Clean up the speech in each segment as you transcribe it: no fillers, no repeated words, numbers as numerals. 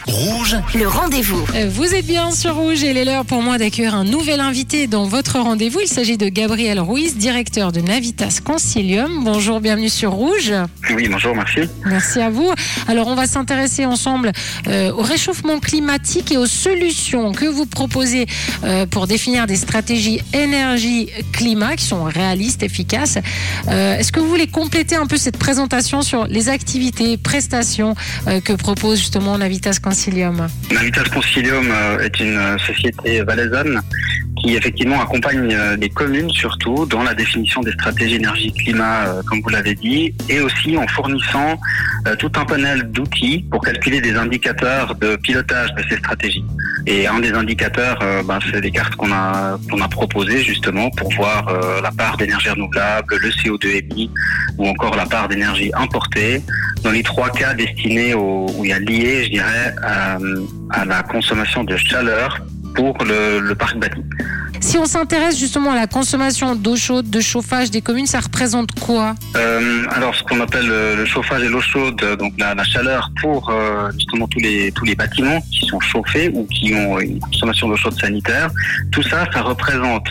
Rouge, le rendez-vous. Vous êtes bien sur Rouge et il est l'heure pour moi d'accueillir un nouvel invité dans votre rendez-vous. Il s'agit de Gabriel Ruiz, directeur de Navitas Consilium. Bonjour, bienvenue sur Rouge. Oui, bonjour, merci. Merci à vous. Alors, on va s'intéresser ensemble au réchauffement climatique et aux solutions que vous proposez pour définir des stratégies énergie-climat qui sont réalistes, efficaces. Est-ce que vous voulez compléter un peu cette présentation sur les activités, prestations que propose justement Navitas Consilium? Navitas Consilium est une société valaisanne qui effectivement accompagne les communes surtout dans la définition des stratégies énergie-climat, comme vous l'avez dit, et aussi en fournissant tout un panel d'outils pour calculer des indicateurs de pilotage de ces stratégies. Et un des indicateurs, c'est des cartes qu'on a proposées justement pour voir la part d'énergie renouvelable, le CO2 émis ou encore la part d'énergie importée, dans les trois cas destinés où il y a lié, je dirais, à la consommation de chaleur pour le parc bâti. Si on s'intéresse justement à la consommation d'eau chaude, de chauffage des communes, ça représente quoi? Alors, ce qu'on appelle le chauffage et l'eau chaude, donc la chaleur pour justement tous les bâtiments qui sont chauffés ou qui ont une consommation d'eau chaude sanitaire, tout ça, ça représente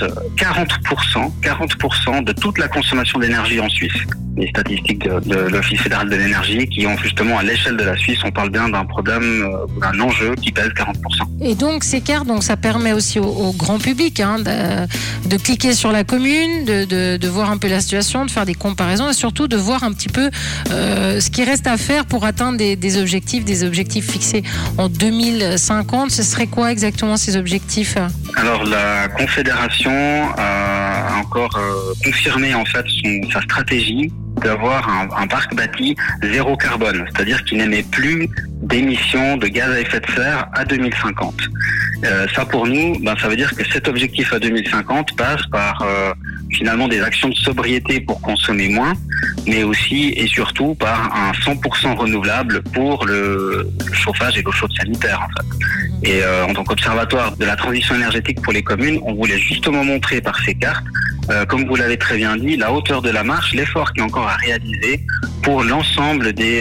40% de toute la consommation d'énergie en Suisse. Les statistiques de l'Office fédéral de l'énergie qui ont justement à l'échelle de la Suisse, on parle bien d'un problème, d'un enjeu qui pèse 40%. Et donc ces cartes, ça permet aussi au grand public de cliquer sur la commune, de voir un peu la situation, de faire des comparaisons et surtout de voir un petit peu ce qui reste à faire pour atteindre des objectifs fixés en 2050. Ce serait quoi exactement ces objectifs? Alors la Confédération a encore confirmé en fait sa stratégie d'avoir un parc bâti zéro carbone, c'est-à-dire qui n'émet plus d'émissions de gaz à effet de serre à 2050. Ça pour nous, ça veut dire que cet objectif à 2050 passe par finalement des actions de sobriété pour consommer moins, mais aussi et surtout par un 100% renouvelable pour le chauffage et l'eau chaude sanitaire en fait. Et en tant qu'observatoire de la transition énergétique pour les communes, on voulait justement montrer par ces cartes, comme vous l'avez très bien dit, la hauteur de la marche, l'effort qui est encore à réaliser pour l'ensemble des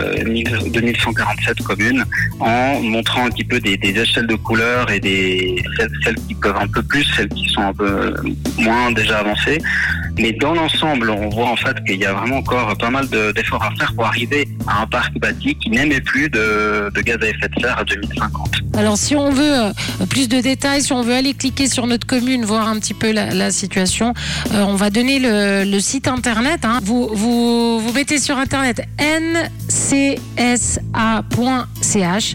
2147 communes, en montrant un petit peu des échelles de couleurs et celles qui peuvent un peu plus, celles qui sont un peu moins déjà avancées. Mais dans l'ensemble, on voit en fait qu'il y a vraiment encore pas mal d'efforts à faire pour arriver à un parc bâti qui n'émet plus de gaz à effet de serre à 2050. Alors si on veut plus de détails, si on veut aller cliquer sur notre commune, voir un petit peu la situation, on va donner le site internet. Vous mettez sur internet ncsa.ch,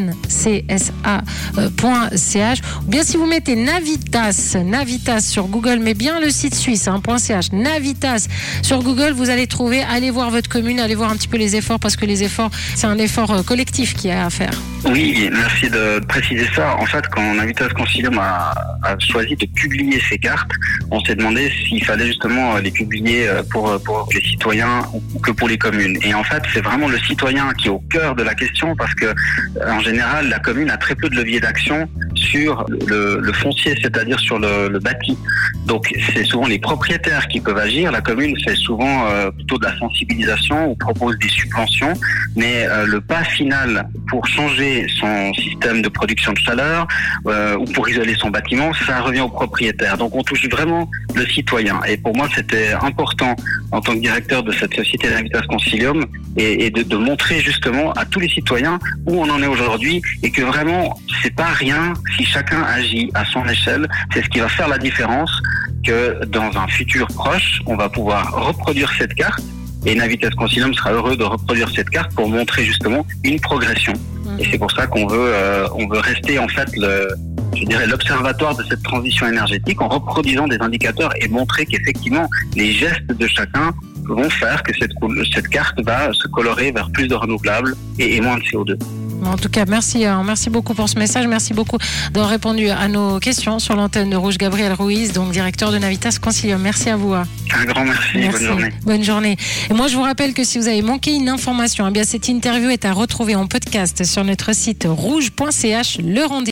ncsa.ch, ou bien si vous mettez Navitas sur Google, mais bien le site suisse, .ch, Navitas sur Google, vous allez trouver, allez voir votre commune, allez voir un petit peu les efforts, parce que les efforts, c'est un effort collectif qu'il y a à faire. Oui, merci de préciser ça. En fait, quand Navitas Consilium a choisi de publier ces cartes, on s'est demandé s'il fallait justement les publier pour les citoyens ou que pour les communes. Et en fait, c'est vraiment le citoyen qui est au cœur de la question, parce que en général, la commune a très peu de leviers d'action sur le foncier, c'est-à-dire sur le bâti. Donc, c'est souvent les propriétaires qui peuvent agir. La commune fait souvent plutôt de la sensibilisation ou propose des subventions, mais le pas final pour changer son système de production de chaleur ou pour isoler son bâtiment, ça revient au propriétaire. Donc, on touche vraiment le citoyen. Et pour moi, c'était important en tant que directeur de cette société Navitas Consilium et de montrer justement à tous les citoyens où on en est aujourd'hui et que vraiment, c'est pas rien si chacun agit à son échelle. C'est ce qui va faire la différence, que dans un futur proche, on va pouvoir reproduire cette carte et Navitas Consilium sera heureux de reproduire cette carte pour montrer justement une progression. Et c'est pour ça qu'on veut rester en fait l'observatoire de cette transition énergétique en reproduisant des indicateurs et montrer qu'effectivement les gestes de chacun vont faire que cette carte va se colorer vers plus de renouvelables et moins de CO2. En tout cas, merci beaucoup pour ce message. Merci beaucoup d'avoir répondu à nos questions sur l'antenne de Rouge. Gabriel Ruiz, donc directeur de Navitas Consilium. Merci à vous. Un grand merci. Bonne journée. Bonne journée. Et moi, je vous rappelle que si vous avez manqué une information, cette interview est à retrouver en podcast sur notre site rouge.ch. Le rendez-vous.